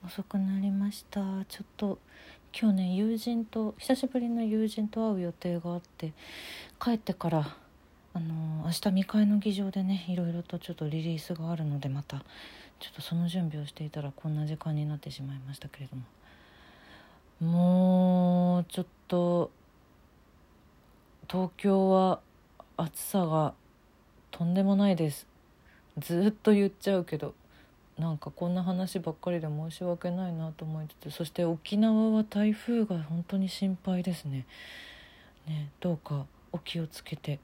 遅くなりました。ちょっと今日ね久しぶりの友人と会う予定があって、帰ってから明日未開の議場でね、いろいろとちょっとリリースがあるので、またちょっとその準備をしていたらこんな時間になってしまいましたけれども、もうちょっと東京は暑さがとんでもないです。ずっと言っちゃうけど、なんかこんな話ばっかりで申し訳ないなと思いつつ、そして沖縄は台風が本当に心配ですね。どうかお気をつけて、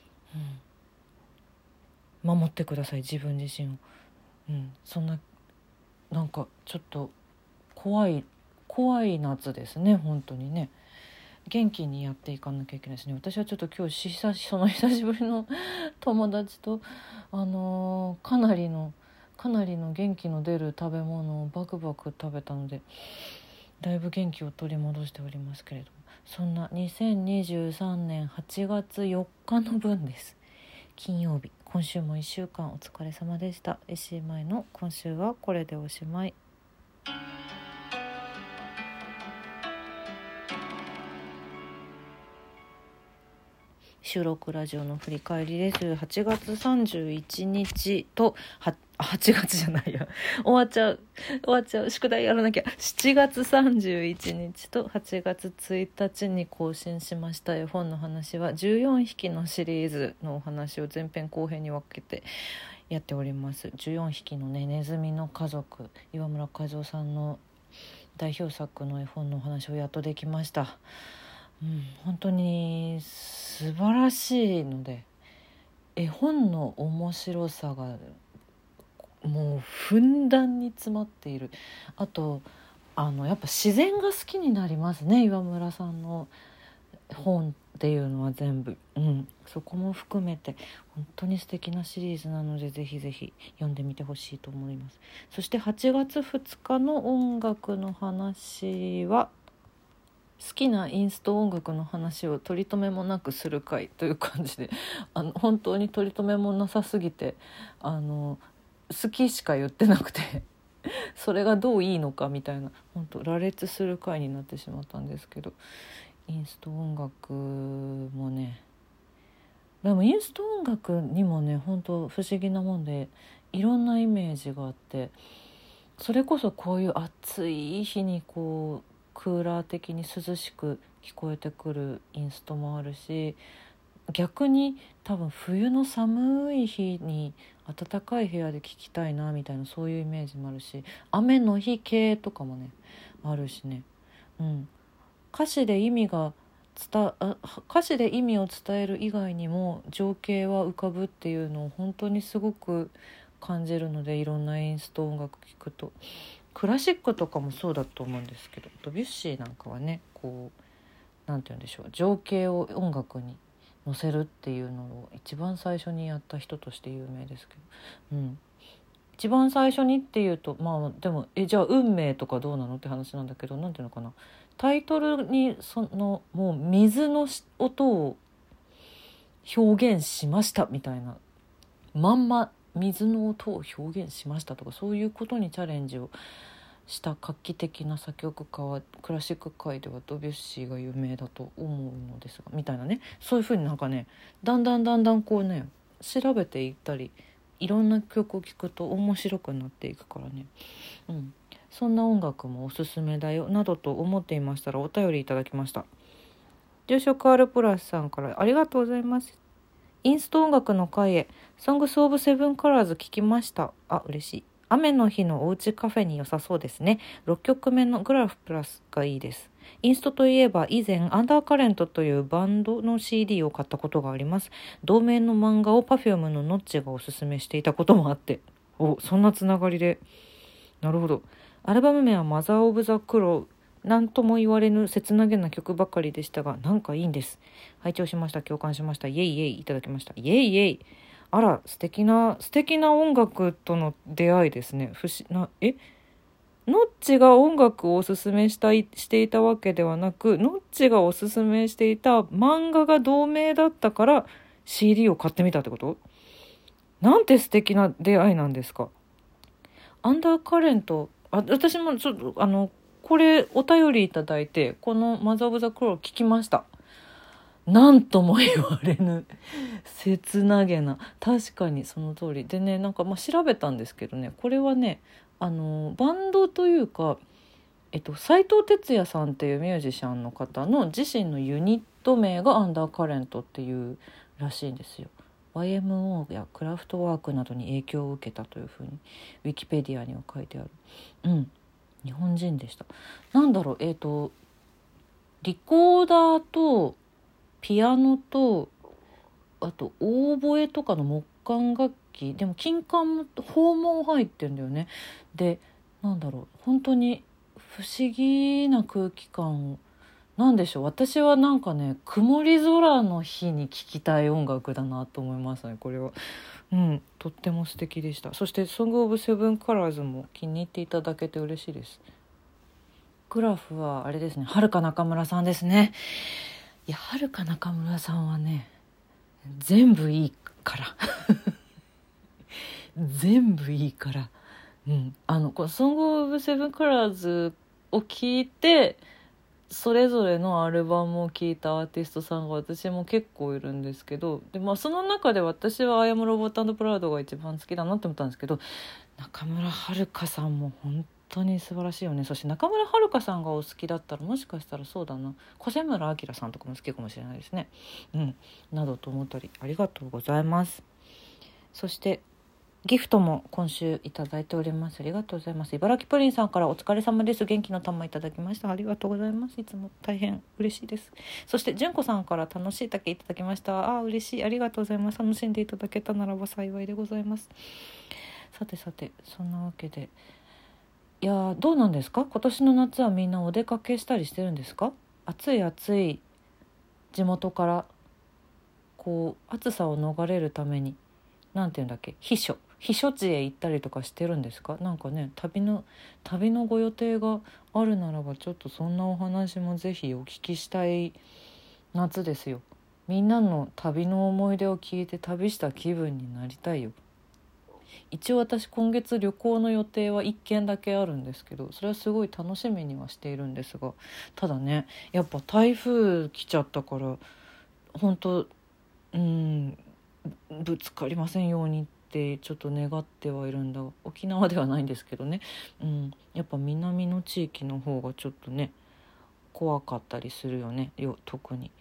守ってください、自分自身を。そんな、なんかちょっと怖い夏ですね、本当にね。元気にやっていかなきゃいけないですね。私はちょっと今日久しぶりの友達と、かなりの元気の出る食べ物をバクバク食べたので、だいぶ元気を取り戻しておりますけれども、そんな2023年8月4日の分です。金曜日、今週も1週間お疲れ様でした。石井舞の今週はこれでおしまい。収録ラジオの振り返りです。8月31日と8月じゃないや終わっちゃう、宿題やらなきゃ。7月31日と8月1日に更新しました絵本の話は14匹のシリーズのお話を前編後編に分けてやっております。14匹のね、ネズミの家族、岩村和夫さんの代表作の絵本のお話をやっとできました。本当に素晴らしいので、絵本の面白さがもうふんだんに詰まっている。あとやっぱ自然が好きになりますね、岩村さんの本っていうのは全部、そこも含めて本当に素敵なシリーズなので、ぜひぜひ読んでみてほしいと思います。そして8月2日の音楽の話は、好きなインスト音楽の話を取り留めもなくする回という感じで、本当に取り留めもなさすぎて、好きしか言ってなくてそれがどういいのかみたいな、本当羅列する回になってしまったんですけど、インスト音楽もね、でもインスト音楽にもね、本当不思議なもんで、いろんなイメージがあって、それこそこういう暑い日にこうクーラー的に涼しく聞こえてくるインストもあるし、逆に多分冬の寒い日に暖かい部屋で聴きたいなみたいな、そういうイメージもあるし、雨の日系とかもねあるしね、歌詞で意味を伝える以外にも情景は浮かぶっていうのを本当にすごく感じるので、いろんなインスト音楽聴くと、クラシックとかもそうだと思うんですけど、ドビュッシーなんかはね、こうなんて言うんでしょう、情景を音楽に乗せるっていうのを一番最初にやった人として有名ですけど、一番最初にっていうと、でもじゃあ運命とかどうなのって話なんだけど、なんていうのかな、タイトルにもう水の音を表現しましたみたいな、まんま水の音を表現しましたとか、そういうことにチャレンジをした画期的な作曲家は、クラシック界ではドビュッシーが有名だと思うのですが、みたいなね、そういう風になんかね、だんだんこうね、調べていったり、いろんな曲を聴くと面白くなっていくからね、そんな音楽もおすすめだよなどと思っていましたら、お便りいただきました。住職 R プラスさんから、ありがとうございます。インスト音楽の回へソングスオブセブンカラーズ聞きました。嬉しい。雨の日のおうちカフェに良さそうですね。6曲目のグラフプラスがいいです。インストといえば以前アンダーカレントというバンドの CD を買ったことがあります。同名の漫画を Perfume のノッチがおすすめしていたこともあって、そんなつながりで、なるほど。アルバム名はマザーオブザクロウ、なんとも言われぬ切なげな曲ばかりでしたが、なんかいいんです。拝聴しました。共感しました。イエイイエイいただきました。イエイイエイ。あら、素敵な音楽との出会いですね。ノッチが音楽をおすすめしていたわけではなく、ノッチがおすすめしていた漫画が同名だったから CD を買ってみたってこと？なんて素敵な出会いなんですか。アンダーカレント私もちょっとこれお便りいただいてこのマザー・オブ・ザ・クロー聞きました。なんとも言われぬ切なげな、確かにその通りでね、なんか調べたんですけどね、これはねバンドというか、斉藤哲也さんっていうミュージシャンの方の自身のユニット名がアンダーカレントっていうらしいんですよ。 YMO やクラフトワークなどに影響を受けたというふうにウィキペディアには書いてある。日本人でした。なんだろう、リコーダーとピアノとあとオーボエとかの木管楽器、でも金管も訪問入ってんだよね。でなんだろう、本当に不思議な空気感を、なんでしょう、私はなんかね曇り空の日に聴きたい音楽だなと思いますね、これは。とっても素敵でした。そしてソングオブセブンカラーズも気に入っていただけて嬉しいです。グラフはあれですね、はるか中村さんですね。いや、はるか中村さんはね全部いいから全部いいから、このソングオブセブンカラーズを聞いてそれぞれのアルバムを聴いたアーティストさんが私も結構いるんですけど、で、その中で私はアイアムロボット&プラウドが一番好きだなって思ったんですけど、中村遥さんも本当に素晴らしいよね。そして中村遥さんがお好きだったらもしかしたらそうだな、小瀬村明さんとかも好きかもしれないですね。などと思ったり、ありがとうございます。そしてギフトも今週いただいております。ありがとうございます。茨城プリンさんからお疲れ様です、元気の玉いただきました。ありがとうございます。いつも大変嬉しいです。そして純子さんから楽しい竹いただきました。嬉しい、ありがとうございます。楽しんでいただけたならば幸いでございます。さてそんなわけで、いやどうなんですか、今年の夏はみんなお出かけしたりしてるんですか？暑い地元からこう暑さを逃れるためになんていうんだっけ、避暑地へ行ったりとかしてるんですか？なんかね、旅のご予定があるならばちょっとそんなお話もぜひお聞きしたい夏ですよ。みんなの旅の思い出を聞いて旅した気分になりたいよ。一応私今月旅行の予定は1件だけあるんですけど、それはすごい楽しみにはしているんですが、ただねやっぱ台風来ちゃったから本当ぶつかりませんようにってちょっと願ってはいるんだ。沖縄ではないんですけどね、やっぱ南の地域の方がちょっとね怖かったりするよね、特に。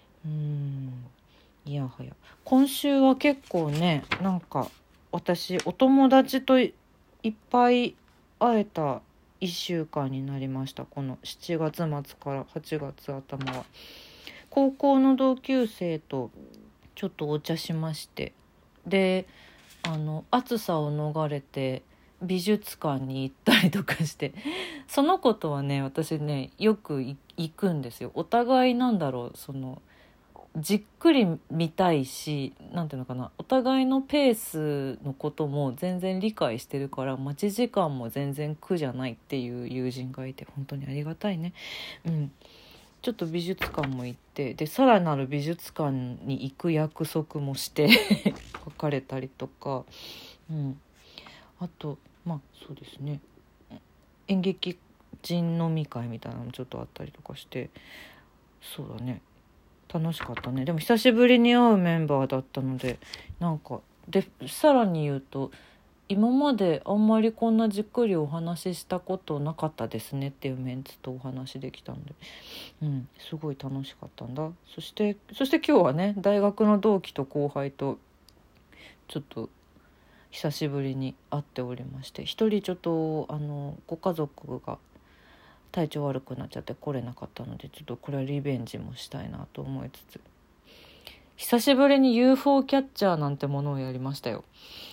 いやはや今週は結構ね、なんか私お友達といっぱい会えた1週間になりました。この7月末から8月頭は高校の同級生とちょっとお茶しまして、で暑さを逃れて美術館に行ったりとかしてその子とはね私ねよく行くんですよ。お互いじっくり見たいし、なんていうのかな、お互いのペースのことも全然理解してるから待ち時間も全然苦じゃないっていう友人がいて本当にありがたいね。ちょっと美術館も行って、でさらなる美術館に行く約束もして別れたりとか、あとそうですね、演劇人飲み会みたいなのもちょっとあったりとかして、そうだね、楽しかったね。でも久しぶりに会うメンバーだったので、なんかでさらに言うと今まであんまりこんなじっくりお話ししたことなかったですねっていうメンツとお話できたので、すごい楽しかったんだ。そして今日はね大学の同期と後輩とちょっと久しぶりに会っておりまして、一人ちょっとご家族が体調悪くなっちゃって来れなかったので、ちょっとこれはリベンジもしたいなと思いつつ、久しぶりに UFO キャッチャーなんてものをやりましたよ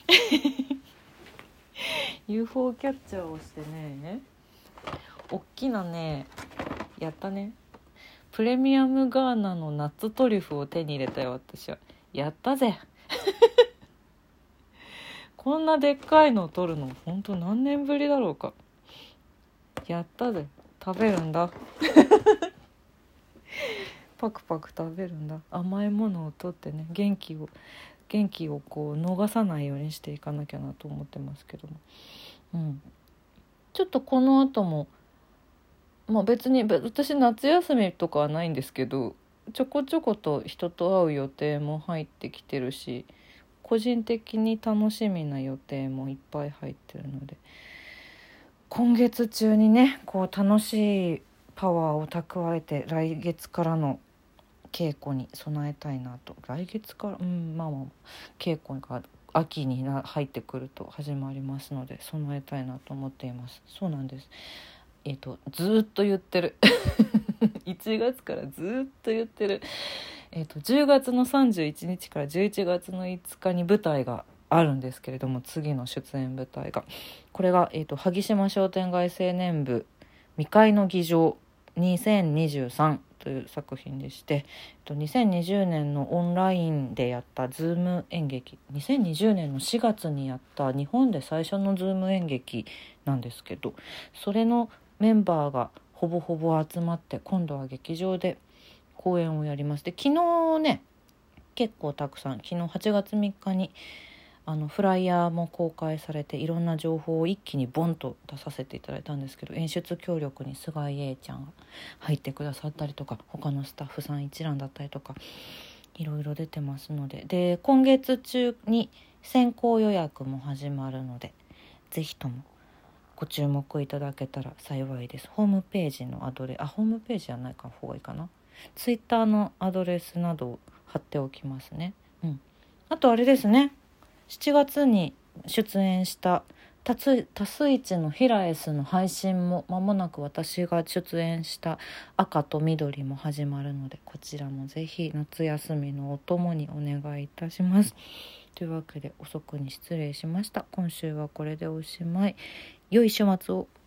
UFO キャッチャーをしてね、おっきなねやったね、プレミアムガーナのナッツトリュフを手に入れたよ。私はやったぜこんなでっかいのを取るの本当何年ぶりだろうか。やったぜ、食べるんだパクパク食べるんだ。甘いものを取ってね、元気をこう逃さないようにしていかなきゃなと思ってますけども、ちちょっとこの後も別に私夏休みとかはないんですけど、ちょこちょこと人と会う予定も入ってきてるし、個人的に楽しみな予定もいっぱい入ってるので、今月中にね楽しいパワーを蓄えて来月からの稽古に備えたいなと。来月から稽古が秋に入ってくると始まりますので備えたいなと思っています。そうなんです。ずっと言ってる1月からずっと言ってる、10月の31日から11月の5日に舞台があるんですけれども、次の出演舞台がこれが、萩島商店街青年部未開の議場2023という作品でして、2020年のオンラインでやったズーム演劇、2020年の4月にやった日本で最初のズーム演劇なんですけど、それのメンバーがほぼほぼ集まって今度は劇場で公演をやります。で、昨日ね結構たくさん、昨日8月3日にフライヤーも公開されていろんな情報を一気にボンと出させていただいたんですけど、演出協力に菅井 A ちゃんが入ってくださったりとか、他のスタッフさん一覧だったりとかいろいろ出てますので、今月中に先行予約も始まるので、ぜひともご注目いただけたら幸いです。ホームページのアドレス、ホームページじゃないか方がいいかな、ツイッターのアドレスなどを貼っておきますね。あとあれですね、7月に出演したタスイチのヒラエスの配信も間もなく、私が出演した赤と緑も始まるので、こちらもぜひ夏休みのお供にお願いいたします。というわけで遅くに失礼しました。今週はこれでおしまい。良い週末を。